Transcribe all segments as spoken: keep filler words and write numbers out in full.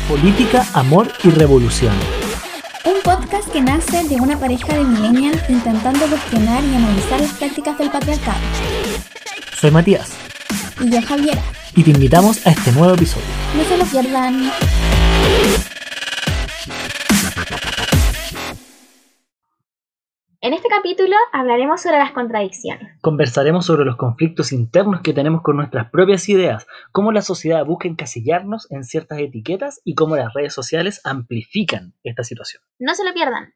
Política, Amor y Revolución. Un podcast que nace de una pareja de millennials intentando cuestionar y analizar las prácticas del patriarcado. Soy Matías. Y yo, Javiera. Y te invitamos a este nuevo episodio. No se lo pierdan. En este capítulo hablaremos sobre las contradicciones. Conversaremos sobre los conflictos internos que tenemos con nuestras propias ideas, cómo la sociedad busca encasillarnos en ciertas etiquetas y cómo las redes sociales amplifican esta situación. No se lo pierdan.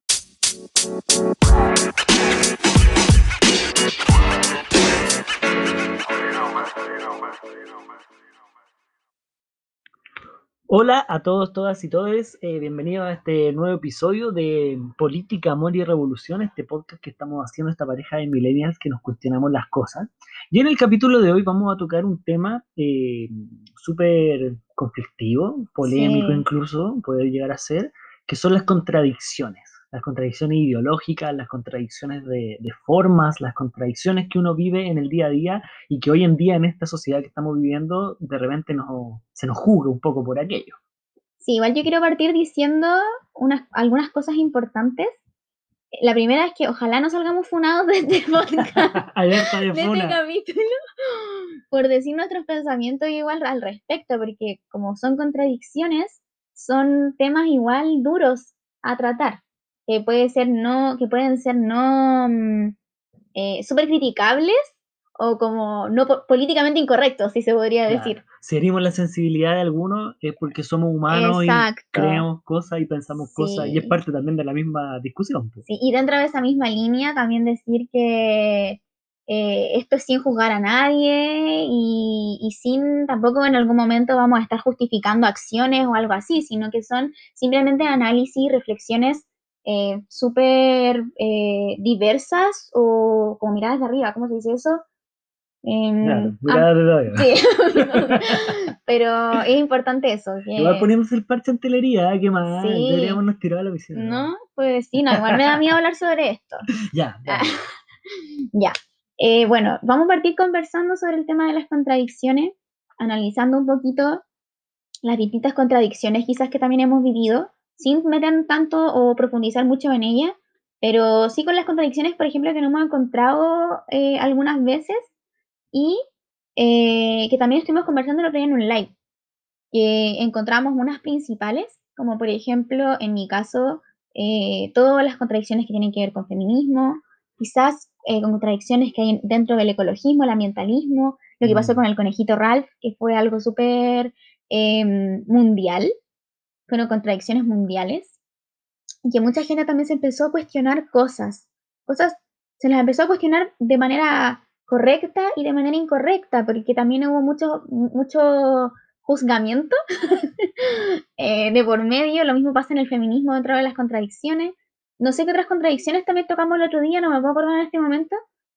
Hola a todos, todas y todes, eh, bienvenidos a este nuevo episodio de Política, Amor y Revolución, este podcast que estamos haciendo esta pareja de millennials que nos cuestionamos las cosas. Y en el capítulo de hoy vamos a tocar un tema eh, súper conflictivo, polémico Sí. incluso, puede llegar a ser, que son las contradicciones. Las contradicciones ideológicas, las contradicciones de, de formas, las contradicciones que uno vive en el día a día y que hoy en día en esta sociedad que estamos viviendo de repente nos, se nos juzga un poco por aquello. Sí, igual yo quiero partir diciendo unas, algunas cosas importantes. La primera es que ojalá no salgamos funados de este podcast, Alerta de de funa. este capítulo, por decir nuestros pensamientos igual al respecto, porque como son contradicciones, son temas igual duros a tratar, que puede ser no, que pueden ser no mm, eh, súper criticables o como no po- políticamente incorrectos, si se podría Claro. decir. Si herimos la sensibilidad de algunos es porque somos humanos Exacto. y creemos cosas y pensamos Sí. cosas y es parte también de la misma discusión. Pues. Sí, y dentro de esa misma línea también decir que eh, esto es sin juzgar a nadie y, y sin tampoco en algún momento vamos a estar justificando acciones o algo así, sino que son simplemente análisis, reflexiones eh, súper eh, diversas o como miradas de arriba, ¿cómo se dice eso? Eh, Claro, ah, mirada de todavía. sí, pero es importante eso. Que, Igual poniéndose el parche en telería, ¿qué más? Sí. Deberíamos nos tirar a la piscina. ¿No? Pues sí, no, igual me da miedo hablar sobre esto. Ya, dale. Ya. Eh, bueno, vamos a partir conversando sobre el tema de las contradicciones, analizando un poquito las distintas contradicciones quizás que también hemos vivido, sin meter tanto o profundizar mucho en ellas, pero sí con las contradicciones, por ejemplo, que nos hemos encontrado eh, algunas veces y eh, que también estuvimos conversando el otro día en un live, que encontramos unas principales, como por ejemplo, en mi caso, eh, todas las contradicciones que tienen que ver con feminismo, quizás eh, con contradicciones que hay dentro del ecologismo, el ambientalismo, lo que pasó Mm. con el conejito Ralph, que fue algo súper eh, mundial, fueron contradicciones mundiales, y que mucha gente también se empezó a cuestionar cosas, cosas se las empezó a cuestionar de manera correcta y de manera incorrecta, porque también hubo mucho, mucho juzgamiento eh, de por medio. Lo mismo pasa en el feminismo dentro de las contradicciones. No sé qué otras contradicciones también tocamos el otro día, no me puedo acordar en este momento,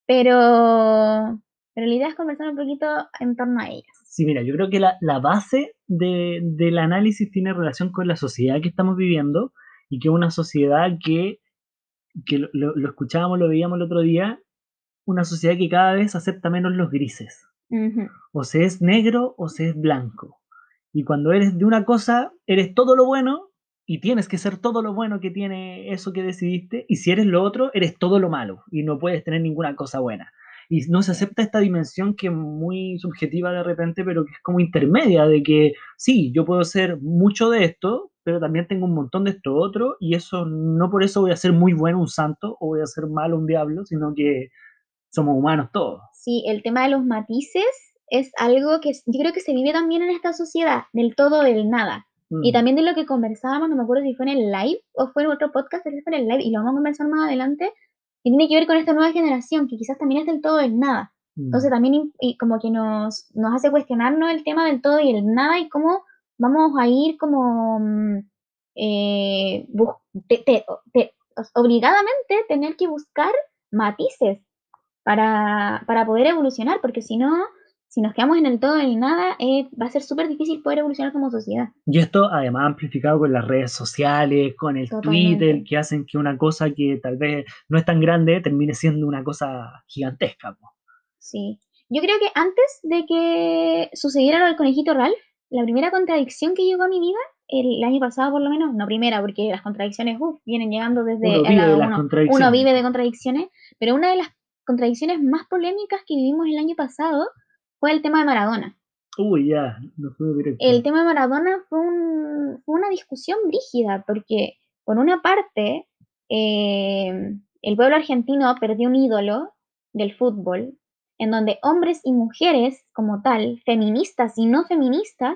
pero, pero la idea es conversar un poquito en torno a ellas. Sí, mira, yo creo que la, la base de, del análisis tiene relación con la sociedad que estamos viviendo y que es una sociedad que, que lo, lo, lo escuchábamos, lo veíamos el otro día, una sociedad que cada vez acepta menos los grises. Uh-huh. O se es negro o se es blanco. Y cuando eres de una cosa, eres todo lo bueno y tienes que ser todo lo bueno que tiene eso que decidiste. Y si eres lo otro, eres todo lo malo y no puedes tener ninguna cosa buena. Y no se acepta esta dimensión que es muy subjetiva de repente, pero que es como intermedia, de que sí, yo puedo ser mucho de esto, pero también tengo un montón de esto otro, y eso no por eso voy a ser muy bueno un santo o voy a ser malo un diablo, sino que somos humanos todos. Sí, el tema de los matices es algo que yo creo que se vive también en esta sociedad, del todo, del nada. Mm. Y también de lo que conversábamos, no me acuerdo si fue en el live o fue en otro podcast, pero fue en el live y lo vamos a conversar más adelante, que tiene que ver con esta nueva generación, que quizás también es del todo, del nada. Mm. Entonces también y como que nos, nos hace cuestionarnos el tema del todo y el nada y cómo vamos a ir como eh, te, te, te, obligadamente tener que buscar matices para, para poder evolucionar, porque si no, si nos quedamos en el todo, en el nada, eh, va a ser súper difícil poder evolucionar como sociedad. Y esto además amplificado con las redes sociales, con el Totalmente. Twitter, que hacen que una cosa que tal vez no es tan grande termine siendo una cosa gigantesca. Po. Sí. Yo creo que antes de que sucediera lo del conejito Ralph, la primera contradicción que llegó a mi vida el año pasado por lo menos, no primera, porque las contradicciones, uff, vienen llegando desde Uno el vive de lado las uno, uno contradicciones. vive de contradicciones, pero una de las contradicciones más polémicas que vivimos el año pasado fue el tema de Maradona. Uy, ya, no fue directo. El tema de Maradona fue, un, fue una discusión brígida, porque por una parte, eh, el pueblo argentino perdió un ídolo del fútbol, en donde hombres y mujeres como tal, feministas y no feministas,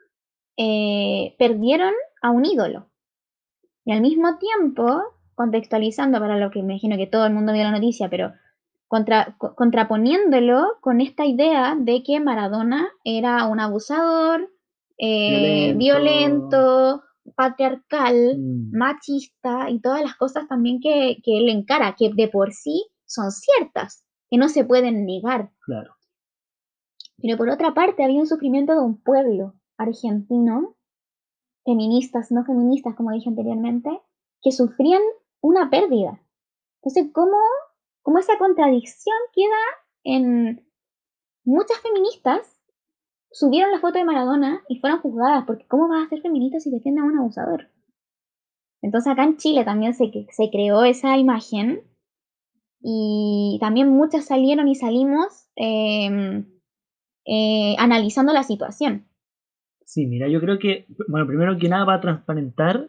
eh, perdieron a un ídolo. Y al mismo tiempo, contextualizando para lo que me imagino que todo el mundo vio la noticia, pero contra, co- contraponiéndolo con esta idea de que Maradona era un abusador, eh, Violento. violento, patriarcal, mm, machista y todas las cosas también que, que él encara, que de por sí son ciertas, que no se pueden negar. claro. Pero por otra parte había un sufrimiento de un pueblo argentino, feministas, no feministas, como dije anteriormente, que sufrían una pérdida. Entonces, ¿cómo, cómo esa contradicción queda en muchas feministas subieron la foto de Maradona y fueron juzgadas? Porque ¿cómo vas a ser feminista si defiendes a un abusador? Entonces acá en Chile también se, se creó esa imagen y también muchas salieron y salimos eh, eh, analizando la situación. Sí, mira, yo creo que, bueno, primero que nada, para transparentar,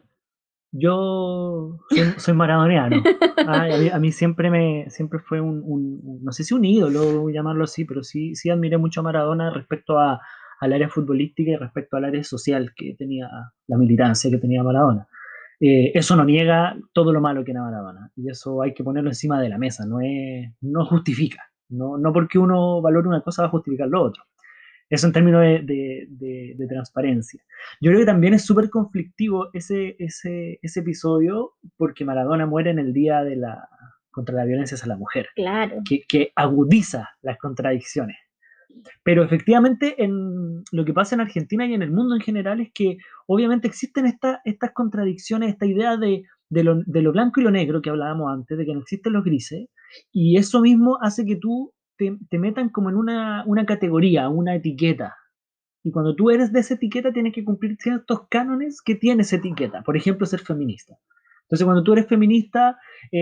yo soy, soy maradoniano. Ah, a mí, a mí siempre me, siempre fue un, un- un- no sé si un ídolo, llamarlo así, pero sí, sí admiré mucho a Maradona respecto a, al área futbolística y respecto al área social que tenía, la militancia que tenía Maradona. Eh, eso no niega todo lo malo que era Maradona, y eso hay que ponerlo encima de la mesa, no es, no justifica. No, no porque uno valore una cosa va a justificar lo otro. Eso en términos de, de- de- de transparencia. Yo creo que también es súper conflictivo ese, ese, ese episodio porque Maradona muere en el día de la, contra la violencia hacia la mujer, Claro, que, que agudiza las contradicciones. Pero efectivamente en lo que pasa en Argentina y en el mundo en general es que obviamente existen esta- estas contradicciones, esta idea de, de lo, de lo blanco y lo negro que hablábamos antes, de que no existen los grises, y eso mismo hace que tú te, te metan como en una, una categoría, una etiqueta. Y cuando tú eres de esa etiqueta, tienes que cumplir ciertos cánones que tiene esa etiqueta. Por ejemplo, ser feminista. Entonces, cuando tú eres feminista,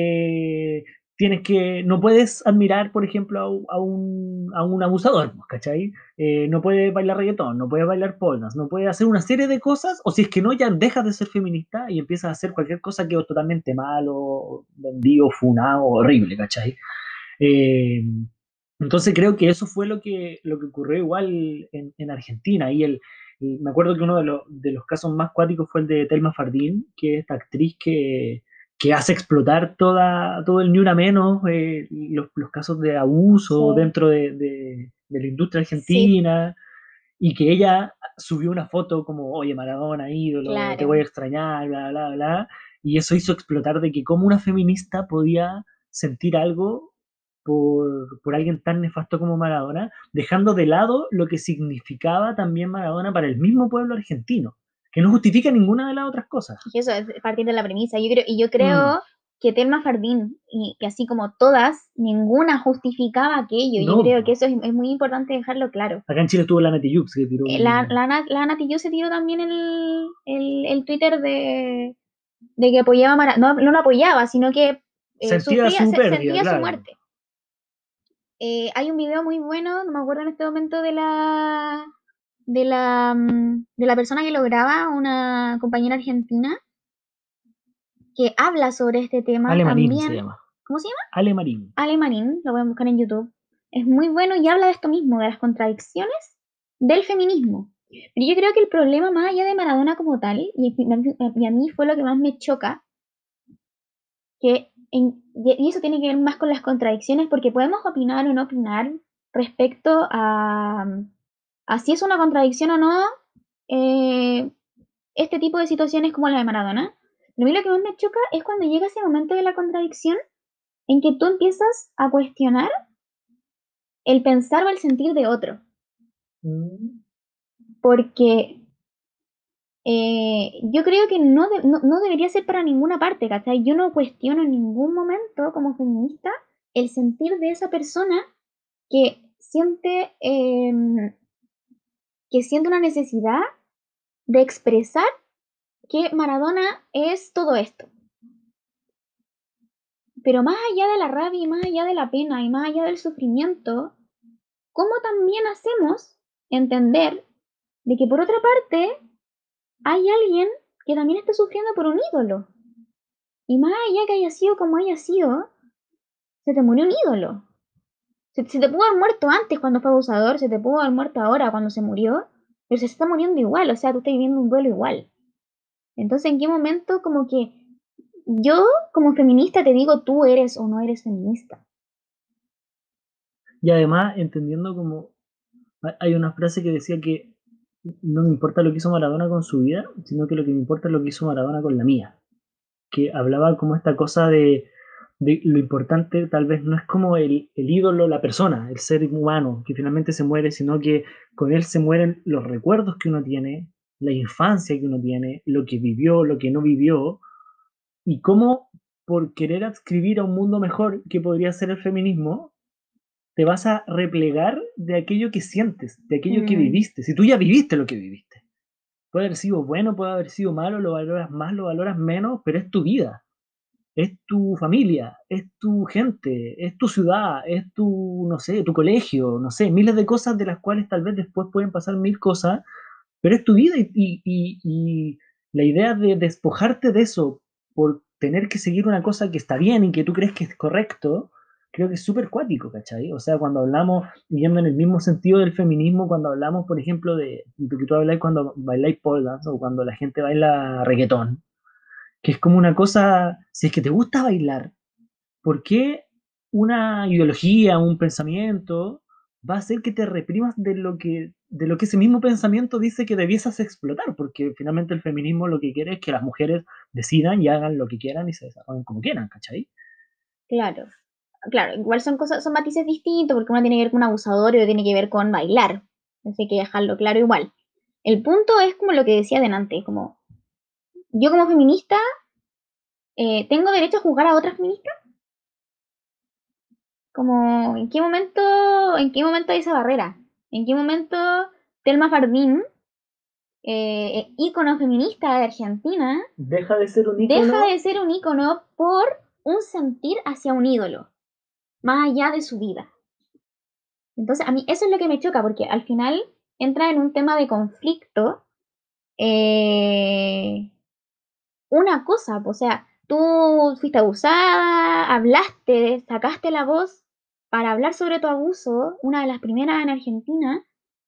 eh, tienes que, no puedes admirar, por ejemplo, a, un, a un, a un abusador, pues, ¿cachai? Eh, no puedes bailar reggaetón, no puedes bailar pole dance, no puedes hacer una serie de cosas, o si es que no, ya dejas de ser feminista y empiezas a hacer cualquier cosa que es totalmente malo, vendido, funado, horrible, ¿cachai? Eh, entonces creo que eso fue lo que, lo que ocurrió igual en, en Argentina. Y el, y me acuerdo que uno de, los de los casos más cuáticos fue el de Telma Fardín, que es esta actriz que, que hace explotar toda, todo el ni una menos, eh, los, los casos de abuso sí, dentro de, de- de la industria sí, argentina, y que ella subió una foto como, oye, Maradona, ídolo, te voy a claro. extrañar, bla, bla, bla, y eso hizo explotar de que como una feminista podía sentir algo por, por alguien tan nefasto como Maradona, dejando de lado lo que significaba también Maradona para el mismo pueblo argentino, que no justifica ninguna de las otras cosas. Y eso es partir de la premisa. Yo creo, y yo Mm, creo que Telma Fardín, y que así como todas, ninguna justificaba aquello. Yo no, creo que po. eso es, es muy importante dejarlo claro. Acá en Chile estuvo la Nati Jux que tiró Eh, La, un... la, Ana- la Nati yo se tiró también el, el, el Twitter de, de que apoyaba a Mara. No, no lo apoyaba, sino que eh, Sentía sufría, su se- pérdida, sentía su claro. muerte. Eh, hay un video muy bueno, no me acuerdo en este momento de la, de la, mm, de la persona que lo graba, una compañera argentina, que habla sobre este tema Ale Marín se también. llama. ¿Cómo se llama? Ale Marín. Ale Marín, lo voy a buscar en YouTube. Es muy bueno y habla de esto mismo, de las contradicciones del feminismo. Pero yo creo que el problema más allá de Maradona como tal, y, y a mí fue lo que más me choca, que en- y eso tiene que ver más con las contradicciones, porque podemos opinar o no opinar respecto a, a si es una contradicción o no eh, este tipo de situaciones como la de Maradona. Pero a mí lo que más me choca es cuando llega ese momento de la contradicción en que tú empiezas a cuestionar el pensar o el sentir de otro, Mm, porque eh, yo creo que no, de- no, no debería ser para ninguna parte, ¿cachai? Yo no cuestiono en ningún momento como feminista el sentir de esa persona que siente, em, que siente una necesidad de expresar que Maradona es todo esto. Pero más allá de la rabia y más allá de la pena y más allá del sufrimiento, ¿cómo también hacemos entender de que por otra parte hay alguien que también está sufriendo por un ídolo? Y más allá que haya sido como haya sido, se te murió un ídolo. Se, se te pudo haber muerto antes cuando fue abusador, se te pudo haber muerto ahora cuando se murió, pero se está muriendo igual, o sea, tú estás viviendo un duelo igual. Entonces, ¿en qué momento como que yo como feminista te digo tú eres o no eres feminista? Y además, entendiendo como hay hay una frase que decía que no me importa lo que hizo Maradona con su vida, sino que lo que me importa es lo que hizo Maradona con la mía. Que hablaba como esta cosa de, de lo importante tal vez no es como el, el ídolo, la persona, el ser humano que finalmente se muere, sino que con él se mueren los recuerdos que uno tiene, la infancia que uno tiene, lo que vivió, lo que no vivió, y cómo por querer adscribir a un mundo mejor que podría ser el feminismo, te vas a replegar de aquello que sientes, de aquello que Mm, viviste, si tú ya viviste lo que viviste. Puede haber sido bueno, puede haber sido malo, lo valoras más, lo valoras menos, pero es tu vida, es tu familia, es tu gente, es tu ciudad, es tu, no sé, tu colegio, no sé, miles de cosas de las cuales tal vez después pueden pasar mil cosas, pero es tu vida y, y, y, y la idea de despojarte de eso por tener que seguir una cosa que está bien y que tú crees que es correcto, creo que es súper cuático, ¿cachai? O sea, cuando hablamos, yendo en el mismo sentido del feminismo, cuando hablamos, por ejemplo, de, de que tú habláis cuando bailáis pole dance o cuando la gente baila reggaetón, que es como una cosa, si es que te gusta bailar, ¿por qué una ideología, un pensamiento va a hacer que te reprimas de lo que, de lo que ese mismo pensamiento dice que debieses explotar? Porque finalmente el feminismo lo que quiere es que las mujeres decidan y hagan lo que quieran y se desarrollen como quieran, ¿cachai? claro, claro, igual son cosas, son matices distintos porque uno tiene que ver con un abusador y otro tiene que ver con bailar. Entonces hay que dejarlo claro igual. El punto es como lo que decía delante, como yo como feminista eh, tengo derecho a juzgar a otras feministas, como en qué momento, en qué momento hay esa barrera, en qué momento Telma Fardín, eh, ícono feminista de Argentina, Deja de ser un deja ícono de ser un ícono por un sentir hacia un ídolo, más allá de su vida. Entonces, a mí eso es lo que me choca, porque al final entra en un tema de conflicto. eh, una cosa, o sea, tú fuiste abusada, hablaste, sacaste la voz para hablar sobre tu abuso, una de las primeras en Argentina,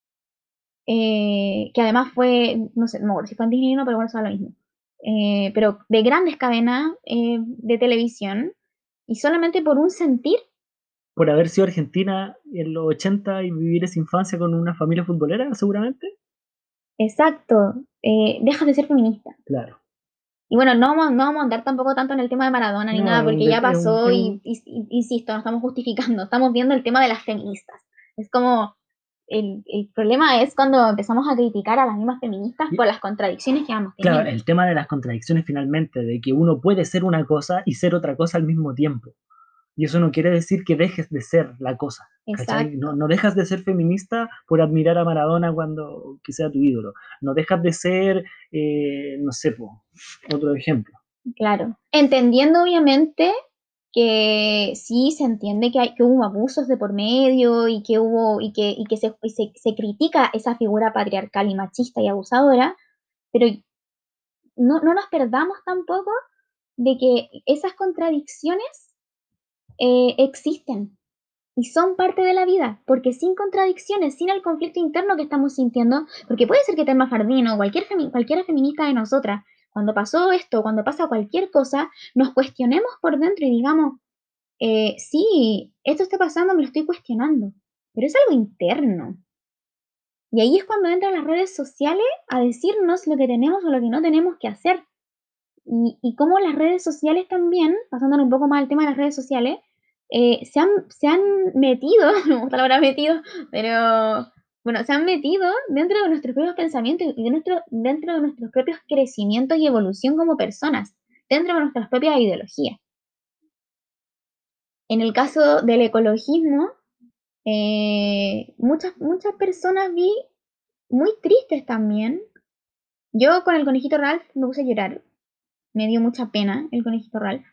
eh, que además fue, no sé, no me acuerdo si fue en Disney o no, pero bueno, eso es lo mismo. Eh, pero de grandes cadenas eh, de televisión, y solamente por un sentir, por haber sido argentina en los ochenta y vivir esa infancia con una familia futbolera, seguramente. exacto, eh, dejas de ser feminista. Claro. Y bueno, no vamos, no vamos a andar tampoco tanto en el tema de Maradona ni No, nada, es un, porque ya es un, pasó es y, un y- y- insisto, no estamos justificando, estamos viendo el tema de las feministas. Es como, el, el problema es cuando empezamos a criticar a las mismas feministas por las contradicciones que vamos claro, teniendo. el tema de las contradicciones finalmente, de que uno puede ser una cosa y ser otra cosa al mismo tiempo. Y eso no quiere decir que dejes de ser la cosa, ¿cachai? No, Exacto, no dejas de ser feminista por admirar a Maradona cuando que sea tu ídolo. No dejas de ser, eh, no sé, po, otro ejemplo. claro. Entendiendo obviamente que sí se entiende que, hay, que hubo abusos de por medio y que hubo y que, y que se, y se, se critica esa figura patriarcal y machista y abusadora, pero no, no nos perdamos tampoco de que esas contradicciones eh, existen y son parte de la vida, porque sin contradicciones, sin el conflicto interno que estamos sintiendo, porque puede ser que Telma Fardín o cualquier femi cualquiera feminista de nosotras, cuando pasó esto, cuando pasa cualquier cosa, nos cuestionemos por dentro y digamos, eh, sí, esto está pasando, me lo estoy cuestionando, pero es algo interno. Y ahí es cuando entran las redes sociales a decirnos lo que tenemos o lo que no tenemos que hacer. Y, y cómo las redes sociales también, pasando un poco más al tema de las redes sociales, eh, se, han, se han metido, no me gusta la palabra metido, pero bueno, se han metido dentro de nuestros propios pensamientos y de nuestro, dentro de nuestros propios crecimientos y evolución como personas, dentro de nuestras propias ideologías. En el caso del ecologismo, eh, muchas, muchas personas vi muy tristes también Yo con el conejito Ralph me puse a llorar. Me dio mucha pena el conejito Ralph.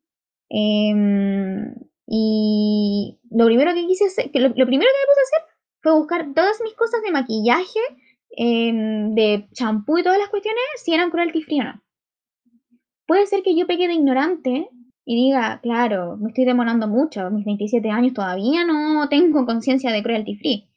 Em, y lo primero que quise hacer, que lo, lo primero que me puse a hacer fue buscar todas mis cosas de maquillaje, em, de champú y todas las cuestiones, si eran cruelty free o no. Puede ser que yo peque de ignorante y diga, claro, me estoy demorando mucho, a mis veintisiete años todavía no tengo conciencia de cruelty free.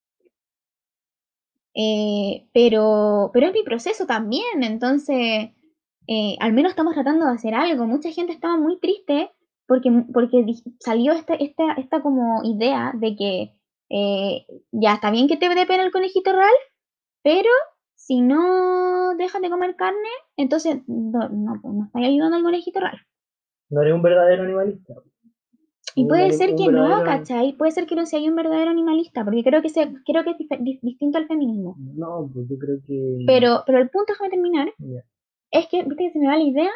Eh, pero, pero es mi proceso también, entonces eh, al menos estamos tratando de hacer algo. Mucha gente estaba muy triste porque, porque di- salió esta, esta, esta como idea de que eh, ya está bien que te dé pena el conejito Ralph, pero si no dejas de comer carne, entonces no, no, pues, no estás ayudando al conejito Ralph. No eres un verdadero animalista. Y Un, puede ani- ser un que no, verdadero... ¿cachai? Puede ser que no sea un verdadero animalista, porque creo que, se, creo que es dif- dis- distinto al feminismo. No, pues yo creo que... Pero, pero el punto, déjame terminar, Ya. es que, viste que se me va la idea.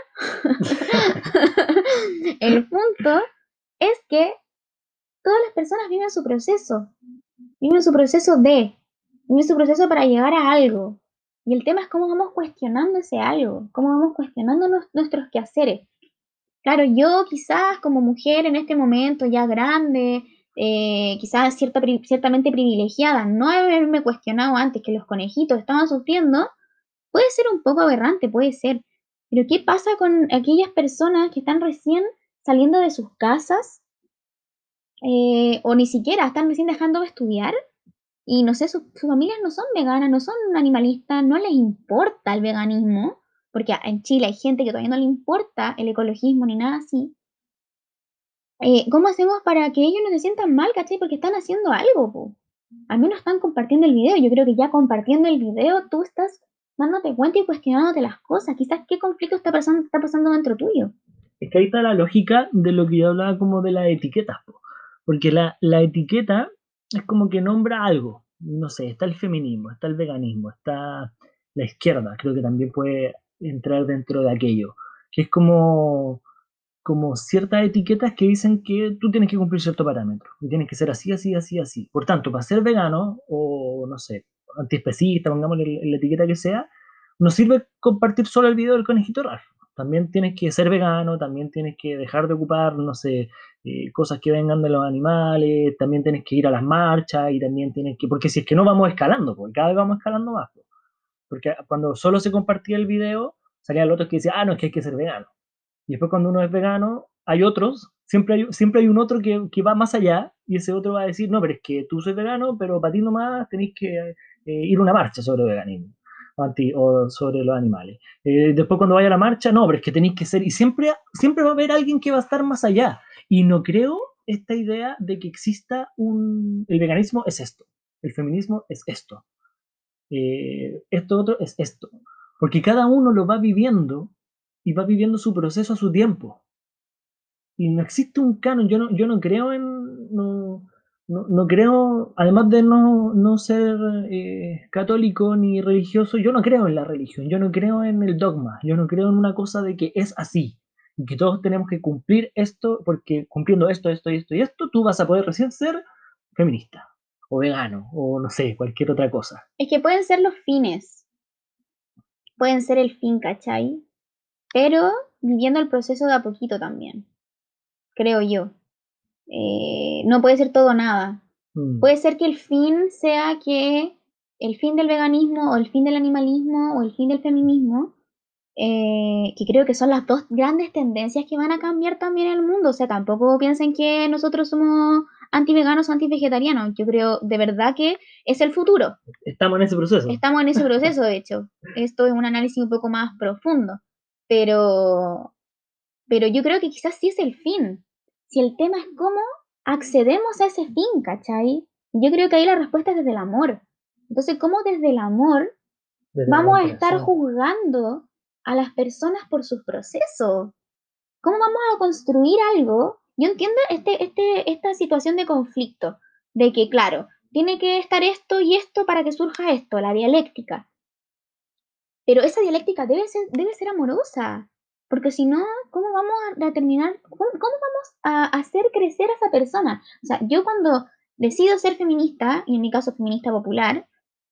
El punto es que todas las personas viven su proceso, viven su proceso de, viven su proceso para llegar a algo. Y el tema es cómo vamos cuestionando ese algo, cómo vamos cuestionando nos- nuestros quehaceres. Claro, yo quizás como mujer en este momento ya grande, eh, quizás cierta, pri- ciertamente privilegiada, no haberme cuestionado antes que los conejitos estaban sufriendo, puede ser un poco aberrante, puede ser. Pero ¿qué pasa con aquellas personas que están recién saliendo de sus casas eh, o ni siquiera están recién dejando de estudiar? Y no sé, sus, sus familias no son veganas, no son animalistas, no les importa el veganismo, porque en Chile hay gente que todavía no le importa el ecologismo ni nada así. Eh, ¿cómo hacemos para que ellos no se sientan mal, cachai? Porque están haciendo algo, po. Al menos están compartiendo el video. Yo creo que ya compartiendo el video tú estás dándote cuenta y cuestionándote las cosas. Quizás qué conflicto está pasando, está pasando dentro tuyo. Es que ahí está la lógica de lo que yo hablaba como de las etiquetas, po. Porque la, la etiqueta es como que nombra algo. No sé, está el feminismo, está el veganismo, está la izquierda, creo que también puede entrar dentro de aquello. Que es como, como ciertas etiquetas que dicen que tú tienes que cumplir cierto parámetro. Y tienes que ser así, así, así, así. Por tanto, para ser vegano o, no sé, antiespecista, pongámosle la etiqueta que sea, no sirve compartir solo el video del conejito Ralph. También tienes que ser vegano, también tienes que dejar de ocupar, no sé, eh, cosas que vengan de los animales, también tienes que ir a las marchas y también tienes que, porque si es que no vamos escalando, porque cada vez vamos escalando más. Po. Porque cuando solo se compartía el video, salían otros que decían, ah, no, es que hay que ser vegano. Y después cuando uno es vegano, hay otros, siempre hay, siempre hay un otro que, que va más allá y ese otro va a decir, no, pero es que tú soy vegano, pero para ti nomás tenéis que eh, ir a una marcha sobre veganismo anti, o sobre los animales. Eh, después cuando vaya a la marcha, no, pero es que tenéis que ser, y siempre, siempre va a haber alguien que va a estar más allá. Y no creo esta idea de que exista un... El veganismo es esto, el feminismo es esto, eh, esto otro es esto, porque cada uno lo va viviendo y va viviendo su proceso a su tiempo. Y no existe un canon, yo no, yo no creo en, no, no, no creo, además de no, no ser eh, católico ni religioso, yo no creo en la religión, yo no creo en el dogma, yo no creo en una cosa de que es así, y que todos tenemos que cumplir esto, porque cumpliendo esto, esto y esto y esto, tú vas a poder recién ser feminista, o vegano, o no sé, cualquier otra cosa. Es que pueden ser los fines, pueden ser el fin, ¿cachai? Pero viviendo el proceso de a poquito también, creo yo. Eh, no puede ser todo o nada. Mm. Puede ser que el fin sea que el fin del veganismo o el fin del animalismo o el fin del feminismo, eh, que creo que son las dos grandes tendencias que van a cambiar también el mundo. O sea, tampoco piensen que nosotros somos anti-veganos o anti-vegetarianos. Yo creo de verdad que es el futuro. Estamos en ese proceso. Estamos en ese proceso, de hecho. Esto es un análisis un poco más profundo. Pero, pero yo creo que quizás sí es el fin. Si el tema es cómo accedemos a ese fin, ¿cachai? Yo creo que ahí la respuesta es desde el amor. Entonces, ¿cómo desde el amor Desde la vamos a estar comprensión. juzgando a las personas por sus procesos? ¿Cómo vamos a construir algo? Yo entiendo este, este, esta situación de conflicto, de que, claro, tiene que estar esto y esto para que surja esto, la dialéctica. Pero esa dialéctica debe ser, debe ser amorosa, porque si no, ¿cómo vamos a determinar, cómo, cómo vamos a hacer crecer a esa persona? O sea, yo cuando decido ser feminista, y en mi caso feminista popular,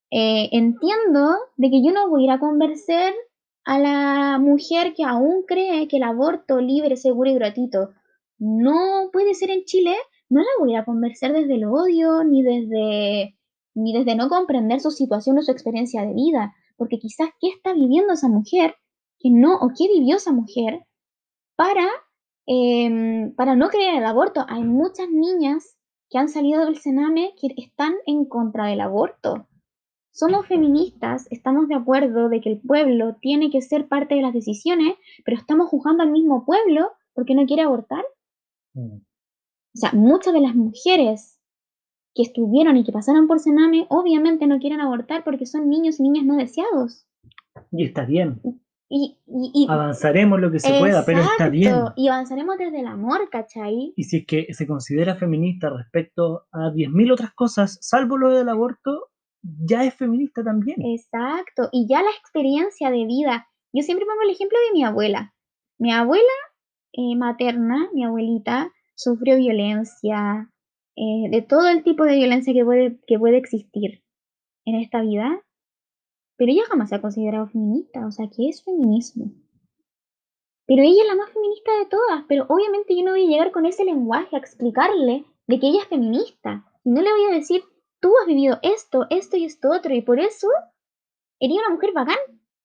eh, entiendo de que yo no voy a ir a convencer a la mujer que aún cree que el aborto libre, seguro y gratuito no puede ser en Chile, no la voy a convencer desde el odio, ni desde, ni desde no comprender su situación o su experiencia de vida, porque quizás qué está viviendo esa mujer, que no, o qué vivió esa mujer para, em, para no creer el aborto. Hay muchas niñas que han salido del Sename que están en contra del aborto. Somos feministas, estamos de acuerdo de que el pueblo tiene que ser parte de las decisiones, pero estamos juzgando al mismo pueblo porque no quiere abortar. Mm. O sea, muchas de las mujeres que estuvieron y que pasaron por Sename obviamente no quieren abortar porque son niños y niñas no deseados. Y está bien. Y, y, y Avanzaremos lo que se pueda, pero está exacto, bien. y avanzaremos desde el amor, ¿cachai? Y si es que se considera feminista respecto a diez mil otras cosas, salvo lo del aborto, ya es feminista también. Exacto, y ya la experiencia de vida. Yo siempre pongo el ejemplo de mi abuela. Mi abuela eh, materna, mi abuelita, sufrió violencia, eh, de todo el tipo de violencia que puede, que puede existir en esta vida, pero ella jamás se ha considerado feminista, o sea, ¿qué es feminismo? Pero ella es la más feminista de todas, pero obviamente yo no voy a llegar con ese lenguaje a explicarle de que ella es feminista. Y no le voy a decir, tú has vivido esto, esto y esto otro, y por eso eres una mujer bacán.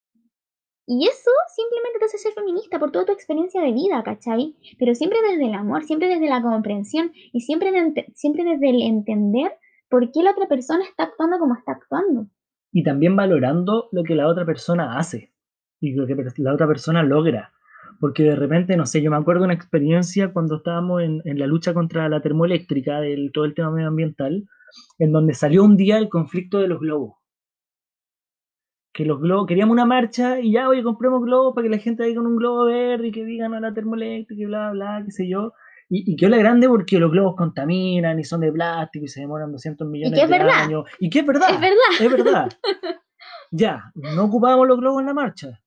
Y eso simplemente te hace ser feminista por toda tu experiencia de vida, ¿cachai? Pero siempre desde el amor, siempre desde la comprensión y siempre, de, siempre desde el entender por qué la otra persona está actuando como está actuando. Y también valorando lo que la otra persona hace y lo que la otra persona logra. Porque de repente, no sé, yo me acuerdo de una experiencia cuando estábamos en, en la lucha contra la termoeléctrica, del todo el tema medioambiental, en donde salió un día el conflicto de los globos. Que los globos, queríamos una marcha y ya, oye, compremos globos para que la gente vaya con un globo verde y que digan a la termoeléctrica y bla, bla, qué sé yo. Y, y quedó la grande porque los globos contaminan y son de plástico y se demoran doscientos Y que millones es de verdad, años. Y que es es verdad, verdad. es verdad. Ya, no ocupábamos los globos en la marcha.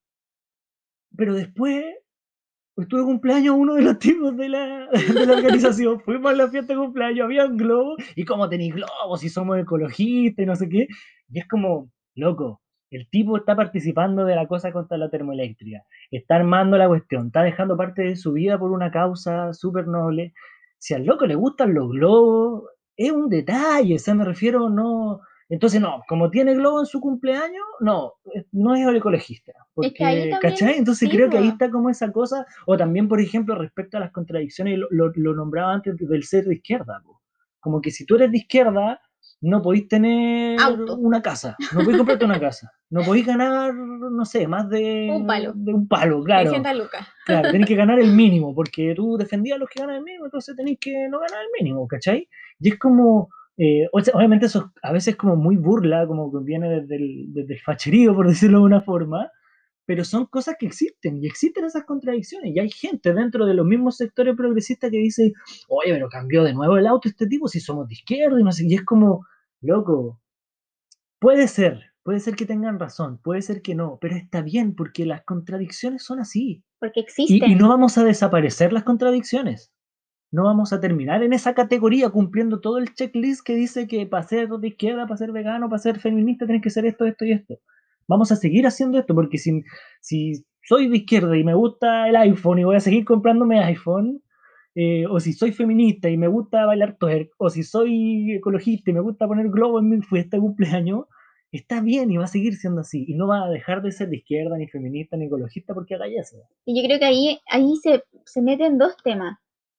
Pero después, pues tuve cumpleaños uno de los tipos de la, de la organización, fuimos a la fiesta de cumpleaños, había un globo, y como tenéis globos, y somos ecologistas y no sé qué, y es como, loco, el tipo está participando de la cosa contra la termoeléctrica, está armando la cuestión, está dejando parte de su vida por una causa súper noble. Si al loco le gustan los globos, es un detalle, o sea, me refiero, no. Entonces, no, como tiene globo en su cumpleaños, no, no es ecologista, Es que ahí porque, también, ¿cachai? Entonces sí, creo que ahí pues. está como esa cosa, o también, por ejemplo, respecto a las contradicciones, lo, lo, lo nombraba antes del ser de izquierda, po. Como que si tú eres de izquierda, no podéis tener Auto, una casa, no podéis comprarte una casa, no podéis ganar, no sé, más un de, palo, de un palo, claro. seiscientas lucas. Claro, tenéis que ganar el mínimo, porque tú defendías a los que ganan el mínimo, entonces tenéis que no ganar el mínimo, ¿cachai? Y es como, eh, o sea, obviamente eso a veces como muy burla, como que viene desde el, desde el facherío, por decirlo de una forma, pero son cosas que existen, y existen esas contradicciones, y hay gente dentro de los mismos sectores progresistas que dice, oye, pero cambió de nuevo el auto este tipo, si somos de izquierda, y no sé, y es como, loco, puede ser, puede ser que tengan razón, puede ser que no, pero está bien, porque las contradicciones son así. Porque Y, y no existen. vamos a desaparecer las contradicciones. No vamos a terminar en esa categoría cumpliendo todo el checklist que dice que para ser de izquierda, para ser vegano, para ser feminista, tienes que ser esto, esto y esto. Vamos a seguir haciendo esto porque si, si soy de izquierda y me gusta el iPhone y voy a seguir comprándome iPhone, eh, o si soy feminista y me gusta bailar twerk, o si soy ecologista y me gusta poner globo en mi fiesta de cumpleaños, está bien y va a seguir siendo así. Y no va a dejar de ser de izquierda, ni feminista, ni ecologista porque haga eso. Y yo creo que ahí, ahí se, se meten dos temas.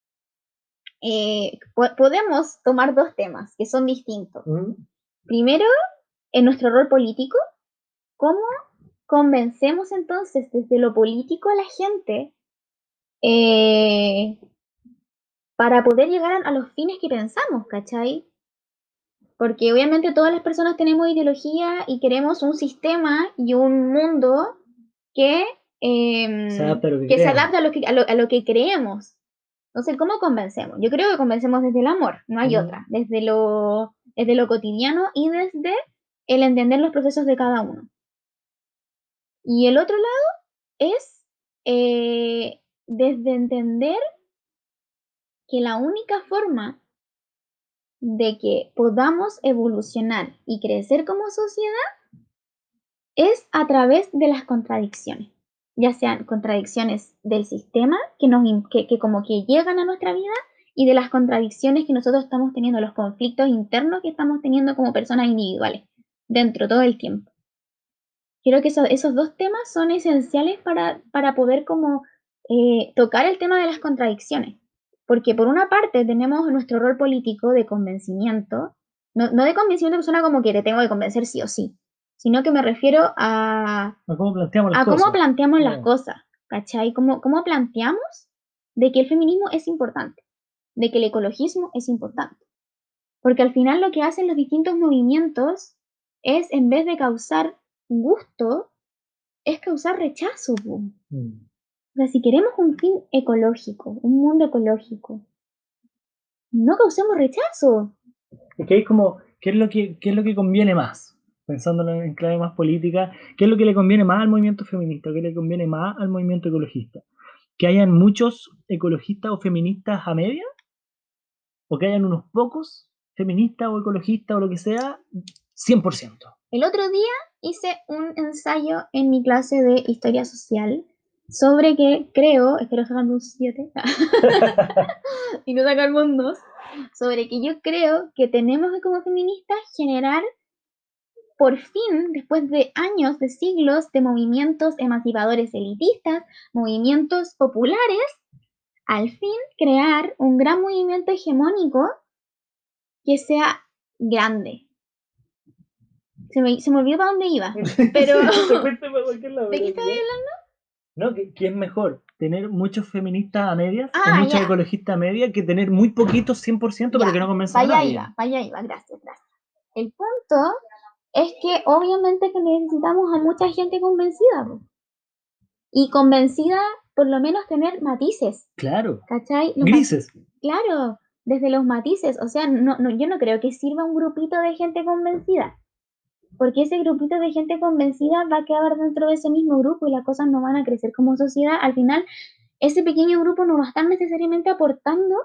Eh, po- podemos tomar dos temas que son distintos. ¿Mm? Primero, en nuestro rol político, ¿cómo convencemos entonces desde lo político a la gente eh, para poder llegar a, a los fines que pensamos, ¿cachai? Porque obviamente todas las personas tenemos ideología y queremos un sistema y un mundo que, Se eh, adapta a lo que que se creemos. adapte a lo que, a lo, a lo que creemos. Entonces, ¿cómo convencemos? Yo creo que convencemos desde el amor, no hay ¿Mm? otra, desde lo, desde lo cotidiano y desde el entender los procesos de cada uno. Y el otro lado es eh, desde entender que la única forma de que podamos evolucionar y crecer como sociedad es a través de las contradicciones, ya sean contradicciones del sistema que, nos, que, que como que llegan a nuestra vida y de las contradicciones que nosotros estamos teniendo, los conflictos internos que estamos teniendo como personas individuales dentro todo el tiempo. Creo que eso, esos dos temas son esenciales para, para poder como eh, tocar el tema de las contradicciones. Porque por una parte tenemos nuestro rol político de convencimiento, no, no de convencimiento que suena como que te tengo que convencer sí o sí, sino que me refiero a, a cómo planteamos las a cosas. cómo planteamos yeah. las cosas, ¿cachai? Cómo, cómo planteamos de que el feminismo es importante, de que el ecologismo es importante. Porque al final lo que hacen los distintos movimientos es, en vez de causar gusto, es causar rechazo. Mm. O sea, si queremos un fin ecológico, un mundo ecológico, no causemos rechazo. Es que hay como, ¿qué es lo que, qué es lo que conviene más? Pensándolo en clave más política, ¿qué es lo que le conviene más al movimiento feminista? ¿Qué le conviene más al movimiento ecologista? ¿Que hayan muchos ecologistas o feministas a media? ¿O que hayan unos pocos feministas o ecologistas o lo que sea? cien por ciento. El otro día hice un ensayo en mi clase de Historia Social sobre que creo, espero sacarme un siete y no sacarme un dos, sobre que yo creo que tenemos que como feministas generar por fin, después de años, de siglos de movimientos emancipadores elitistas, movimientos populares, al fin crear un gran movimiento hegemónico que sea grande. Se me, se me olvidó para dónde iba, pero... ¿De qué estaba hablando? No, que, que es mejor tener muchos feministas a medias ah, o muchos ya. ecologistas a medias que tener muy poquitos cien por ciento ya, pero que no convenzan a nadie. Iba, vaya iba, gracias, gracias. El punto es que obviamente que necesitamos a mucha gente convencida, ¿no? Y convencida por lo menos tener matices. Claro. ¿Cachai? Los Grises. Claro, desde los matices. O sea, no, no, yo no creo que sirva un grupito de gente convencida. Porque ese grupito de gente convencida va a quedar dentro de ese mismo grupo y las cosas no van a crecer como sociedad. Al final, ese pequeño grupo no va a estar necesariamente aportando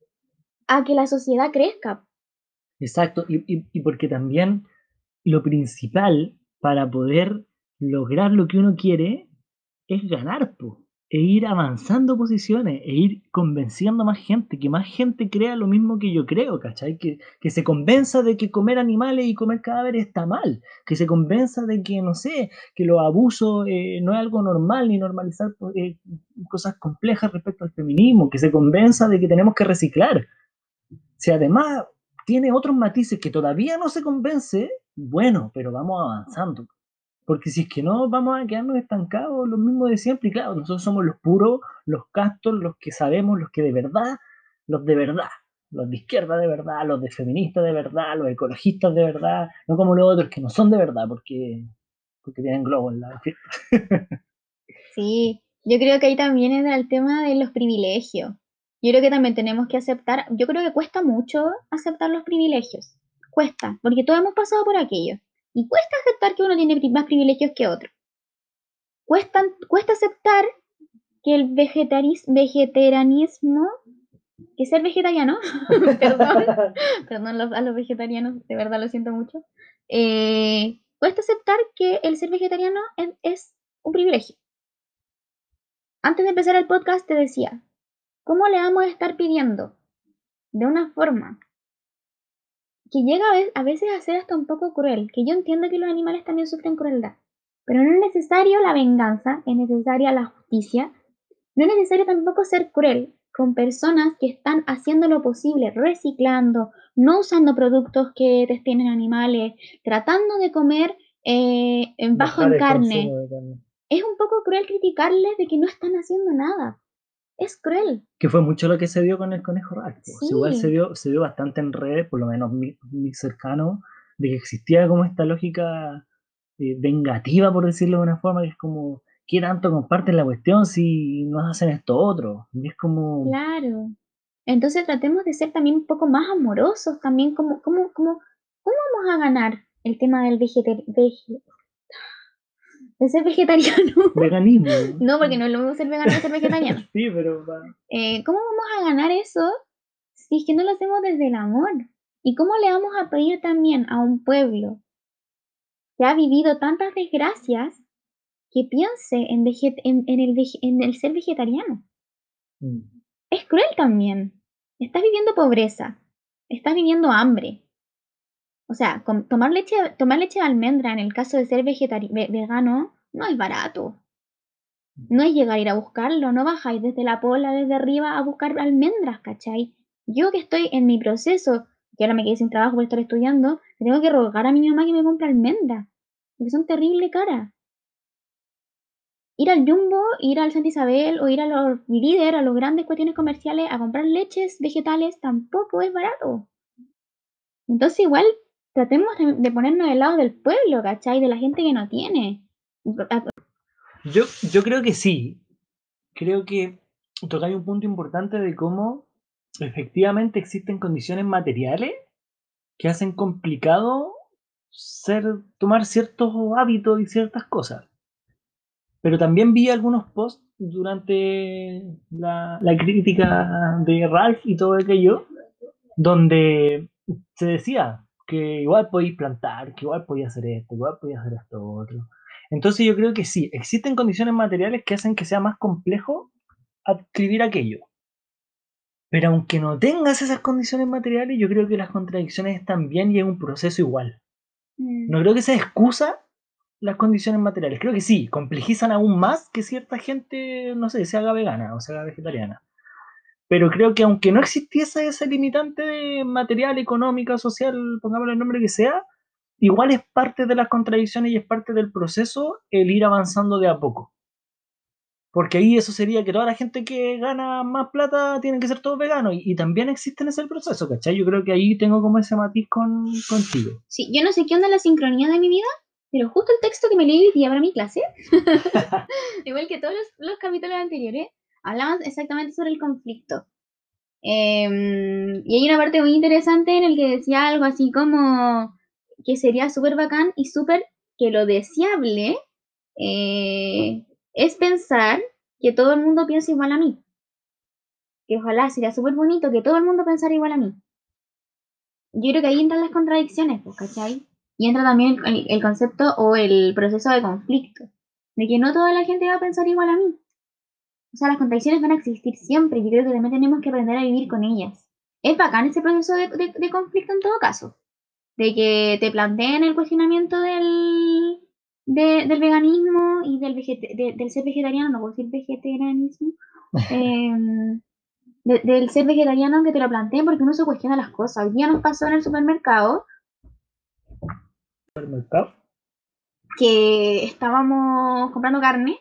a que la sociedad crezca. Exacto, y, y, y porque también lo principal para poder lograr lo que uno quiere es ganar, po, e ir avanzando posiciones, e ir convenciendo a más gente, que más gente crea lo mismo que yo creo, ¿cachai? Que, que se convenza de que comer animales y comer cadáveres está mal, que se convenza de que, no sé, que los abusos eh, no es algo normal, ni normalizar eh, cosas complejas respecto al feminismo, que se convenza de que tenemos que reciclar. Si además tiene otros matices que todavía no se convence, bueno, pero vamos avanzando. Porque si es que no, vamos a quedarnos estancados, los mismos de siempre. Y claro, nosotros somos los puros, los castos, los que sabemos, los que de verdad, los de verdad, los de izquierda de verdad, los de feministas de verdad, los ecologistas de verdad, no como los otros que no son de verdad porque, porque tienen globos en la fiesta. Sí, yo creo que ahí también es el tema de los privilegios. Yo creo que también tenemos que aceptar, yo creo que cuesta mucho aceptar los privilegios. Cuesta, porque todos hemos pasado por aquello. Y cuesta aceptar que uno tiene más privilegios que otro. Cuesta, cuesta aceptar que el vegetarianismo, que ser vegetariano, perdón, perdón a los vegetarianos, de verdad lo siento mucho, eh, cuesta aceptar que el ser vegetariano es, es un privilegio. Antes de empezar el podcast te decía, ¿cómo le vamos a estar pidiendo de una forma que llega a veces a ser hasta un poco cruel? Que yo entiendo que los animales también sufren crueldad, pero no es necesario la venganza, es necesaria la justicia, no es necesario tampoco ser cruel con personas que están haciendo lo posible, reciclando, no usando productos que destinen animales, tratando de comer eh, bajo en carne. carne. Es un poco cruel criticarles de que no están haciendo nada. Es cruel. Que fue mucho lo que se dio con el conejo Rack. Sí. Igual se dio, se dio bastante en redes, por lo menos mi, mi cercano, de que existía como esta lógica eh, vengativa, por decirlo de una forma, que es como, ¿qué tanto comparten la cuestión si nos hacen esto otro? Y es como... Claro. Entonces tratemos de ser también un poco más amorosos, también como, como, como, ¿cómo vamos a ganar el tema del vegetar vege de ser vegetariano? Veganismo. No, porque no es lo mismo ser vegano que ser vegetariano. Sí, pero... Va. Eh, ¿Cómo vamos a ganar eso si es que no lo hacemos desde el amor? ¿Y cómo le vamos a pedir también a un pueblo que ha vivido tantas desgracias que piense en, veget en, en, el, vege en el ser vegetariano? Mm. Es cruel también. Estás viviendo pobreza, estás viviendo hambre. O sea, com tomar leche tomar leche de almendra en el caso de ser vegetari ve vegano no es barato. No es llegar a ir a buscarlo, no bajáis desde la pola, desde arriba a buscar almendras, ¿cachai? Yo que estoy en mi proceso, que ahora me quedé sin trabajo por estar estudiando, le tengo que rogar a mi mamá que me compre almendras, porque son terrible caras. Ir al Jumbo, ir al Santa Isabel o ir a los Líder, a los grandes cuestiones comerciales a comprar leches vegetales tampoco es barato. Entonces igual tratemos de, de ponernos del lado del pueblo, ¿cachai? De la gente que no tiene. Yo, yo creo que sí. Creo que tocáis un punto importante de cómo efectivamente existen condiciones materiales que hacen complicado ser, tomar ciertos hábitos y ciertas cosas. Pero también vi algunos posts durante la, la crítica de Ralph y todo aquello, donde se decía que igual podéis plantar, que igual podéis hacer esto, igual podéis hacer esto otro. Entonces yo creo que sí, existen condiciones materiales que hacen que sea más complejo adquirir aquello. Pero aunque no tengas esas condiciones materiales, yo creo que las contradicciones están bien y es un proceso igual. Mm. No creo que sea excusa las condiciones materiales. Creo que sí, complejizan aún más que cierta gente, no sé, se haga vegana o se haga vegetariana. Pero creo que aunque no existiese ese limitante material, económica, social, pongámosle el nombre que sea, igual es parte de las contradicciones y es parte del proceso el ir avanzando de a poco. Porque ahí eso sería que toda la gente que gana más plata tienen que ser todos veganos. Y, y también existe en ese proceso, ¿cachai? Yo creo que ahí tengo como ese matiz con, contigo. Sí, yo no sé qué onda la sincronía de mi vida, pero justo el texto que me leí hoy día para mi clase, igual que todos los, los capítulos anteriores, hablaban exactamente sobre el conflicto. Eh, y hay una parte muy interesante en el que decía algo así como que sería súper bacán y súper que lo deseable eh, es pensar que todo el mundo piensa igual a mí. Que ojalá sería súper bonito que todo el mundo pensara igual a mí. Yo creo que ahí entran las contradicciones, pues, ¿cachai? Y entra también el, el concepto o el proceso de conflicto, de que no toda la gente va a pensar igual a mí. O sea, las contradicciones van a existir siempre y yo creo que también tenemos que aprender a vivir con ellas. Es bacán ese proceso de, de, de conflicto en todo caso, de que te planteen el cuestionamiento del, de, del veganismo y del, vegeta, de, del ser vegetariano, no puedo decir vegetarianismo, eh, de, del ser vegetariano, que te lo planteen porque uno se cuestiona las cosas. Hoy día nos pasó en el supermercado ¿Supermercado? que estábamos comprando carne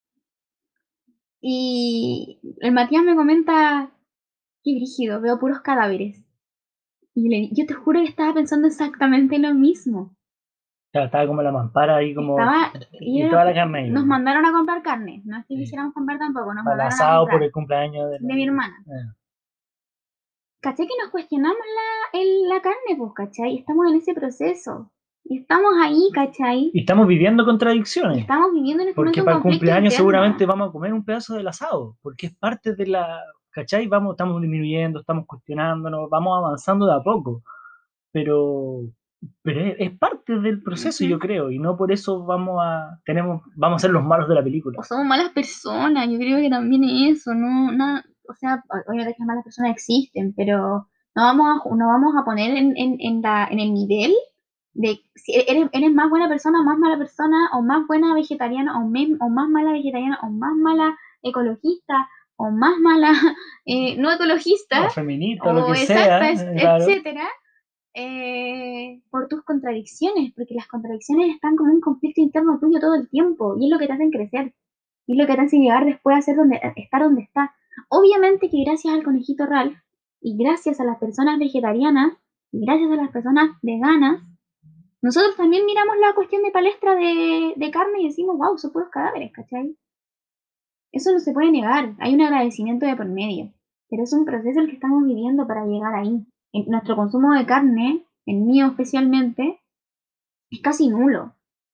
y el Matías me comenta, qué brígido, veo puros cadáveres. Y le, yo te juro que estaba pensando exactamente lo mismo. Claro, estaba como la mampara ahí como... Estaba, Y y toda la carne ahí. nos mandaron a comprar carne, no es que Sí. quisiéramos comprar tampoco, nos Para el mandaron a asado por comprar el cumpleaños de, la, de mi hermana. eh. ¿Cachai? Que nos cuestionamos la, el, la carne, pues, ¿cachai? Estamos en ese proceso. Y estamos ahí, ¿cachai? Y estamos viviendo Y contradicciones. estamos viviendo en este Porque momento un para el conflicto cumpleaños seguramente interno. vamos a comer un pedazo del asado. Porque es parte de la... ¿Cachai? Vamos, estamos disminuyendo, estamos cuestionándonos, vamos avanzando de a poco. Pero, pero es, es parte del proceso, Ujú. yo creo. Y no por eso vamos a, tenemos, vamos a ser los malos de la película. O somos malas personas, yo creo que también es eso, no, nada, o sea, o- obviamente que las malas personas existen, pero no vamos a, no vamos a poner en, en, en, la, en el nivel de si eres, eres más buena persona o más mala persona, o más buena vegetariana, o, me- o más mala vegetariana, o más mala ecologista, o más mala eh, no ecologista, O feminista, o lo o que exacta, sea, es- claro. etcétera, eh, por tus contradicciones, porque las contradicciones están como un conflicto interno tuyo todo el tiempo, y es lo que te hacen crecer. Y es lo que te hace llegar después a ser donde, a estar donde está. Obviamente que gracias al conejito Ralph y gracias a las personas vegetarianas y gracias a las personas veganas, nosotros también miramos la cuestión de palestra de, de carne y decimos, wow, son puros cadáveres, ¿cachai? Eso no se puede negar, hay un agradecimiento de por medio, pero es un proceso el que estamos viviendo para llegar ahí. En nuestro consumo de carne, el mío especialmente, es casi nulo,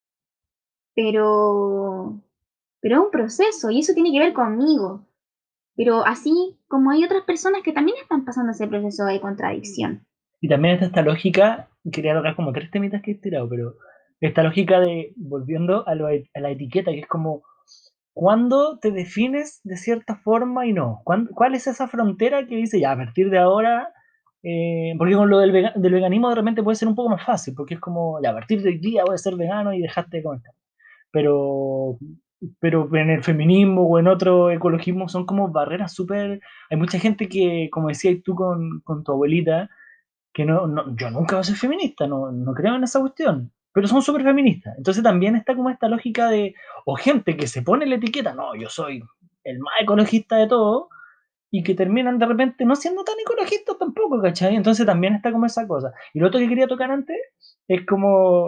pero, pero es un proceso y eso tiene que ver conmigo. Pero así como hay otras personas que también están pasando ese proceso de contradicción. Y también está esta lógica, quería tocar como tres temitas que he tirado, pero esta lógica de, volviendo a, lo, a la etiqueta, que es como, ¿cuándo te defines de cierta forma y no? ¿Cuán- ¿Cuál es esa frontera que dice, ya, a partir de ahora, eh, porque con lo del, vega- del veganismo de repente puede ser un poco más fácil, porque es como, ya, a partir de hoy día voy a ser vegano y dejaste de comer carne. Pero, pero en el feminismo o en otro ecologismo son como barreras súper... Hay mucha gente que, como decías tú con, con tu abuelita, que no, no, yo nunca voy a ser feminista, no, no creo en esa cuestión, pero son súper feministas. Entonces también está como esta lógica de, o gente que se pone la etiqueta, no, yo soy el más ecologista de todo, y que terminan de repente no siendo tan ecologistas tampoco, ¿cachai? Entonces también está como esa cosa. Y lo otro que quería tocar antes es como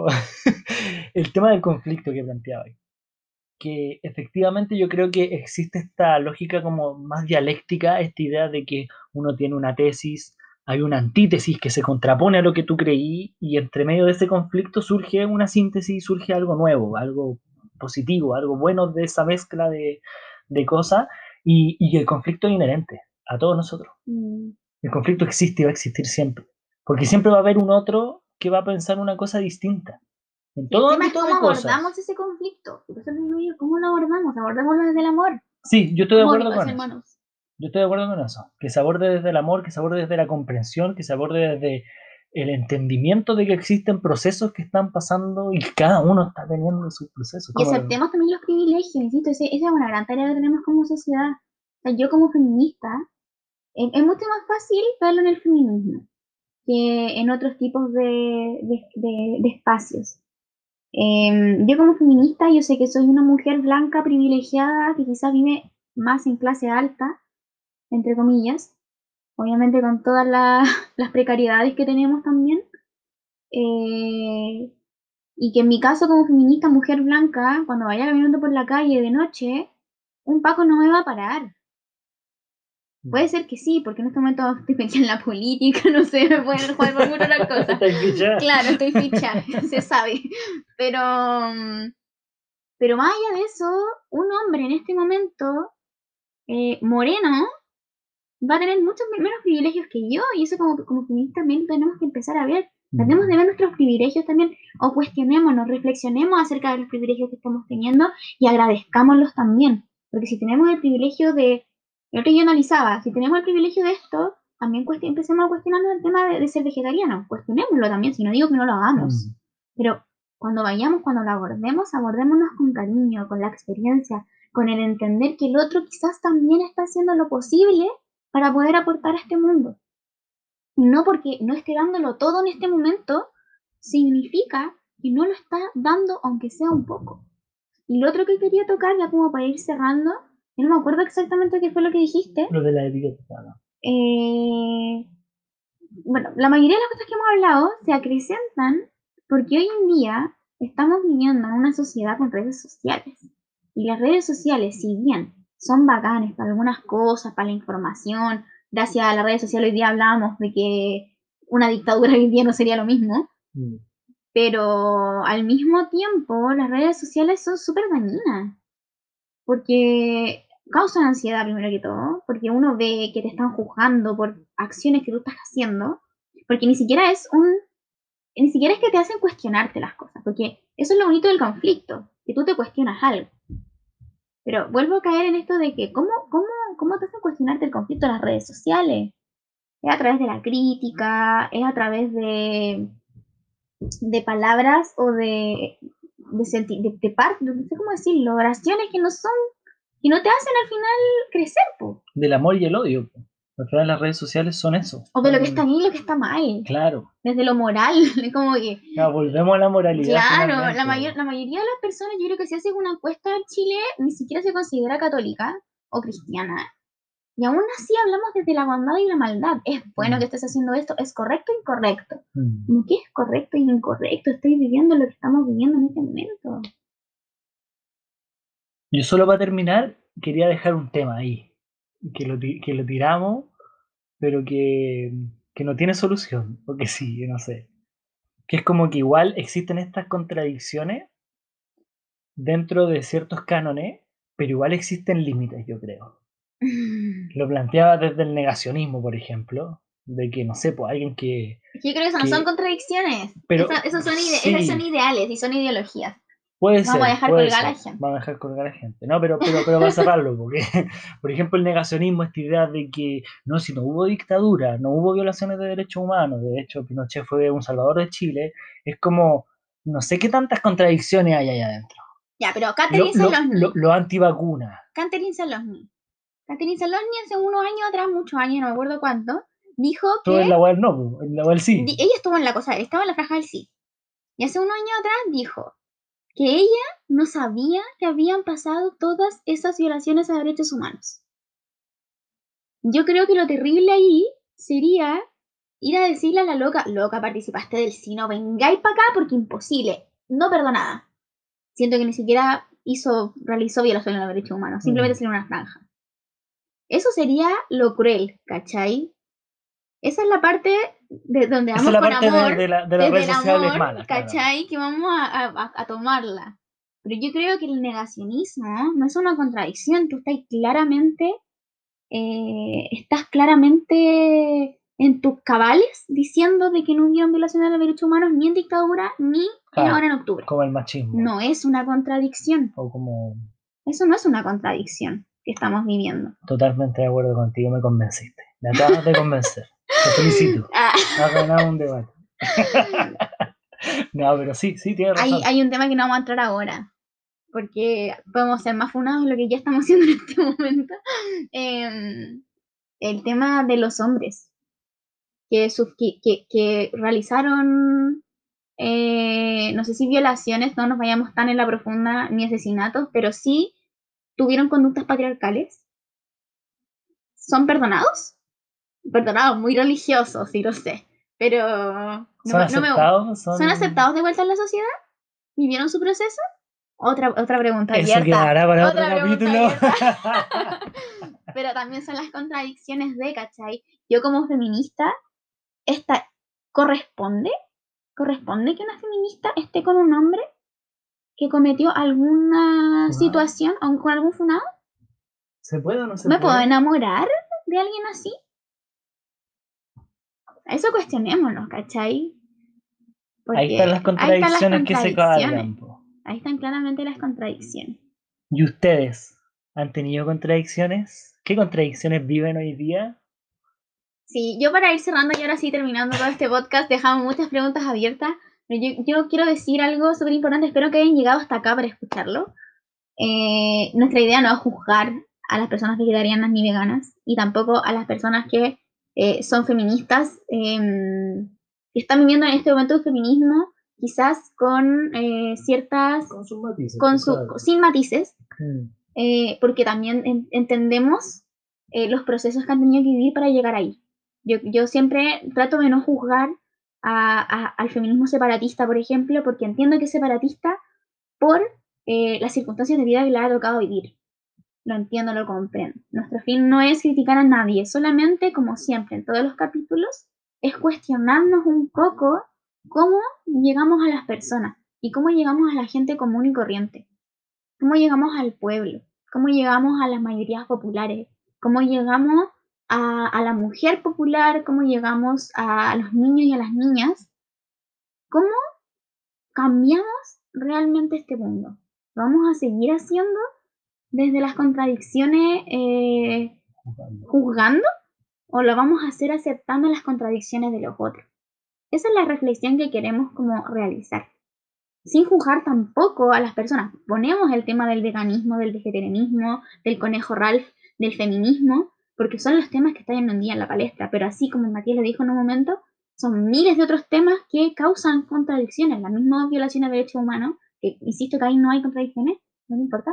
el tema del conflicto que planteaba ahí, que efectivamente yo creo que existe esta lógica como más dialéctica, esta idea de que uno tiene una tesis, hay una antítesis que se contrapone a lo que tú creí y entre medio de ese conflicto surge una síntesis, surge algo nuevo, algo positivo, algo bueno de esa mezcla de, de cosas y, y el conflicto es inherente a todos nosotros. Mm. El conflicto existe y va a existir siempre, porque siempre va a haber un otro que va a pensar una cosa distinta, en Y el todo tema es ámbito cómo de cosas. abordamos ese conflicto. Por eso mismo digo, ¿cómo lo abordamos? Abordémoslo desde el amor. Sí, yo estoy de Amor y acuerdo paz, con eso. hermanos. Yo estoy de acuerdo con eso. Que se aborde desde el amor, que se aborde desde la comprensión, que se aborde desde el entendimiento de que existen procesos que están pasando y que cada uno está teniendo sus procesos. Y Como, aceptemos también los privilegios, insisto, ese- esa es una gran tarea que tenemos como sociedad. O sea, yo como feminista, es, es mucho más fácil verlo en el feminismo que en otros tipos de, de, de- de espacios. Em, yo como feminista, yo sé que soy una mujer blanca privilegiada que quizás vive más en clase alta, entre comillas, obviamente con todas la- las precariedades que tenemos también. Eh, y que en mi caso como feminista, mujer blanca, cuando vaya caminando por la calle de noche, un Paco no me va a parar. Puede ser que sí, porque en este momento estoy metida en la política, no sé, me pueden jugar por muchas otras cosas. Está fichada. Claro, estoy ficha, se sabe. Pero, mm, pero más allá de eso, un hombre en este momento, eh, moreno, va a tener muchos me- menos privilegios que yo, y eso como, como feministas también tenemos que empezar a ver. Tratemos de ver nuestros privilegios también, o cuestionémonos, reflexionemos acerca de los privilegios que estamos teniendo y agradezcámoslos también. Porque si tenemos el privilegio de, lo que yo analizaba, si tenemos el privilegio de esto, también cuesti- empecemos a cuestionarnos el tema de, de ser vegetariano. Cuestionémoslo también, si no digo que no lo hagamos. Mm. Pero cuando vayamos, cuando lo abordemos, abordémonos con cariño, con la experiencia, con el entender que el otro quizás también está haciendo lo posible para poder aportar a este mundo. Y no porque no esté dándolo todo en este momento, significa que no lo está dando aunque sea un poco. Y lo otro que quería tocar, ya como para ir cerrando, yo no me acuerdo exactamente qué fue lo que dijiste. Lo de la etiqueta. ¿No? Eh, bueno, la mayoría de las cosas que hemos hablado se acrecentan porque hoy en día estamos viviendo en una sociedad con redes sociales. Y las redes sociales, si bien son bacanes para algunas cosas, para la información, gracias a las redes sociales hoy día hablamos de que una dictadura hoy en día no sería lo mismo, Mm. pero al mismo tiempo las redes sociales son súper dañinas porque causan ansiedad primero que todo, porque uno ve que te están juzgando por acciones que tú estás haciendo, porque ni siquiera es un, ni siquiera es que te hacen cuestionarte las cosas, porque eso es lo bonito del conflicto, que tú te cuestionas algo. Pero vuelvo a caer en esto de que, ¿cómo, cómo, cómo te hacen cuestionarte el conflicto en las redes sociales? Es a través de la crítica, es a través de, de palabras o de, de, senti- de, de par- no sé cómo decirlo, oraciones que no son, que no te hacen al final crecer, po. Del amor y el odio. Al final las redes sociales son eso. O de lo que Son- está bien y lo que está mal. Claro. Desde lo moral, es como que, Ya, volvemos a la moralidad claro, finalmente. la, mayor, la mayoría de las personas, yo creo que si haces una encuesta en Chile, ni siquiera se considera católica o cristiana. Y aún así hablamos desde la bondad y la maldad. Es bueno Mm. que estés haciendo esto, es correcto o incorrecto. Mm. ¿Qué es correcto y incorrecto? Estoy viviendo lo que estamos viviendo en este momento. Yo solo para terminar quería dejar un tema ahí, que lo, ti- que lo tiramos, pero que, que no tiene solución, porque sí, yo no sé. Que es como que igual existen estas contradicciones dentro de ciertos cánones, pero igual existen límites, yo creo. Lo planteaba desde el negacionismo, por ejemplo. de que, no sé, pues alguien que... Yo creo que eso que, no son contradicciones, pero, eso, eso son ide- sí, esas son ideales y son ideologías. puede Vamos ser, a dejar puede colgar ser, a la gente. vamos a dejar colgar a la gente, no, pero, pero, pero para cerrarlo, porque, por ejemplo, el negacionismo, esta idea de que, no, si no hubo dictadura, no hubo violaciones de derechos humanos, de hecho, Pinochet fue un salvador de Chile, es como, no sé qué tantas contradicciones hay ahí adentro. Ya, pero Lo, Catherine lo, Salosny, lo, lo antivacunas. Catherine Salosny, Catherine Salosny hace unos años atrás, muchos años, no me acuerdo cuánto, dijo Todo que en la web no, en la web sí. di- ella estuvo en la cosa, estaba en la franja del sí, y hace unos años atrás dijo que ella no sabía que habían pasado todas esas violaciones a derechos humanos. Yo creo que lo terrible ahí sería ir a decirle a la loca, loca, participaste del sí, no vengáis para acá porque imposible, no perdonada. Siento que ni siquiera hizo, realizó violaciones a derechos humanos, simplemente Mm. salió en una franja. Eso sería lo cruel, ¿cachai? Esa es la parte de donde Esa vamos es la con parte de, amor, de, la, de las desde redes el sociales amor, malas, claro. ¿cachai? Que vamos a, a, a tomarla. Pero yo creo que el negacionismo no es una contradicción, tú estás claramente, eh, estás claramente en tus cabales diciendo de que no hubieron violaciones de derechos humanos ni en dictadura ni Claro, ahora en octubre. como el machismo. No es una contradicción. O como... Eso no es una contradicción que estamos viviendo. Totalmente de acuerdo contigo, me convenciste. Me acabas de convencer. Te felicito. Ah. Has ganado un debate. No, pero sí, sí, tienes razón. Hay, hay un tema que no vamos a entrar ahora, porque podemos ser más funados de lo que ya estamos haciendo en este momento. Eh, el tema de los hombres que, que, que, que realizaron, eh, no sé si violaciones, no nos vayamos tan en la profunda, ni asesinatos, pero sí tuvieron conductas patriarcales. ¿Son perdonados? Perdonados, muy religiosos, sí lo sé, pero no, ¿Son no aceptados? me, ¿Son... ¿Son aceptados de vuelta en la sociedad? ¿Vivieron su proceso? Otra, otra pregunta Eso abierta. quedará para Otra otro pregunta capítulo. abierta. Pero también son las contradicciones de, ¿cachai? Yo como feminista, esta, ¿corresponde? ¿Corresponde que una feminista esté con un hombre que cometió alguna situación o con algún funado? ¿Se puede o no se ¿Me puede? puedo enamorar de alguien así? Eso cuestionémonos, ¿cachai? Porque ahí están las contradicciones, están las que se contradicciones. cargan. Po. Ahí están claramente las contradicciones. ¿Y ustedes han tenido contradicciones? ¿Qué contradicciones viven hoy día? Sí, yo para ir cerrando y ahora sí terminando todo este podcast, dejamos muchas preguntas abiertas. Pero yo, yo quiero decir algo súper importante, espero que hayan llegado hasta acá para escucharlo. Eh, nuestra idea no es juzgar a las personas vegetarianas ni veganas y tampoco a las personas que eh, son feministas, eh, que están viviendo en este momento el feminismo quizás con eh, ciertas... Con sus matices. Con su, sin matices, mm. eh, porque también en, entendemos eh, los procesos que han tenido que vivir para llegar ahí. Yo, yo siempre trato de no juzgar a, a, al feminismo separatista, por ejemplo, porque entiendo que es separatista por eh, las circunstancias de vida que le ha tocado vivir. Lo entiendo, lo comprendo. Nuestro fin no es criticar a nadie, solamente, como siempre, en todos los capítulos, es cuestionarnos un poco cómo llegamos a las personas y cómo llegamos a la gente común y corriente. Cómo llegamos al pueblo, cómo llegamos a las mayorías populares, cómo llegamos a, a la mujer popular, cómo llegamos a los niños y a las niñas, cómo cambiamos realmente este mundo. ¿Lo vamos a seguir haciendo desde las contradicciones eh, Juzgando. juzgando o lo vamos a hacer aceptando las contradicciones de los otros? Esa es la reflexión que queremos como realizar. Sin juzgar tampoco a las personas. Ponemos el tema del veganismo, del vegetarianismo, del conejo Ralph, del feminismo, porque son los temas que están en un día en la palestra, pero así como Matías lo dijo en un momento, son miles de otros temas que causan contradicciones, la misma violación de derechos humanos, que insisto que ahí no hay contradicciones, no me importa,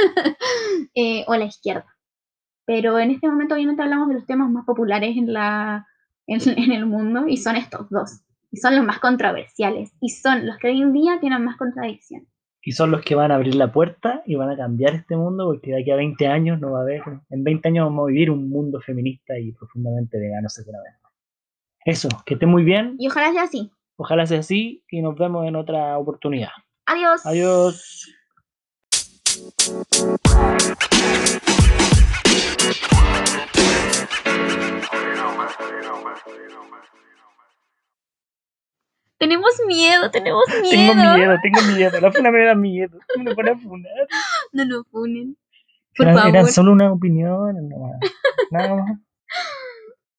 eh, o la izquierda. Pero en este momento obviamente hablamos de los temas más populares en, la, en, en el mundo y son estos dos. Y son los más controversiales. Y son los que hoy en día tienen más contradicción. Y son los que van a abrir la puerta y van a cambiar este mundo, porque de aquí a veinte años no va a haber, en veinte años vamos a vivir un mundo feminista y profundamente vegano seguramente. Eso, que esté muy bien. Y ojalá sea así. Ojalá sea así y nos vemos en otra oportunidad. Adiós. Adiós. You know, man. You know, man. Tenemos miedo, tenemos Tengo miedo. miedo, tengo miedo. La funa me da miedo. Me pone a funar. No nos funen. Por Eran, favor. eran solo una opinión, no, nada más.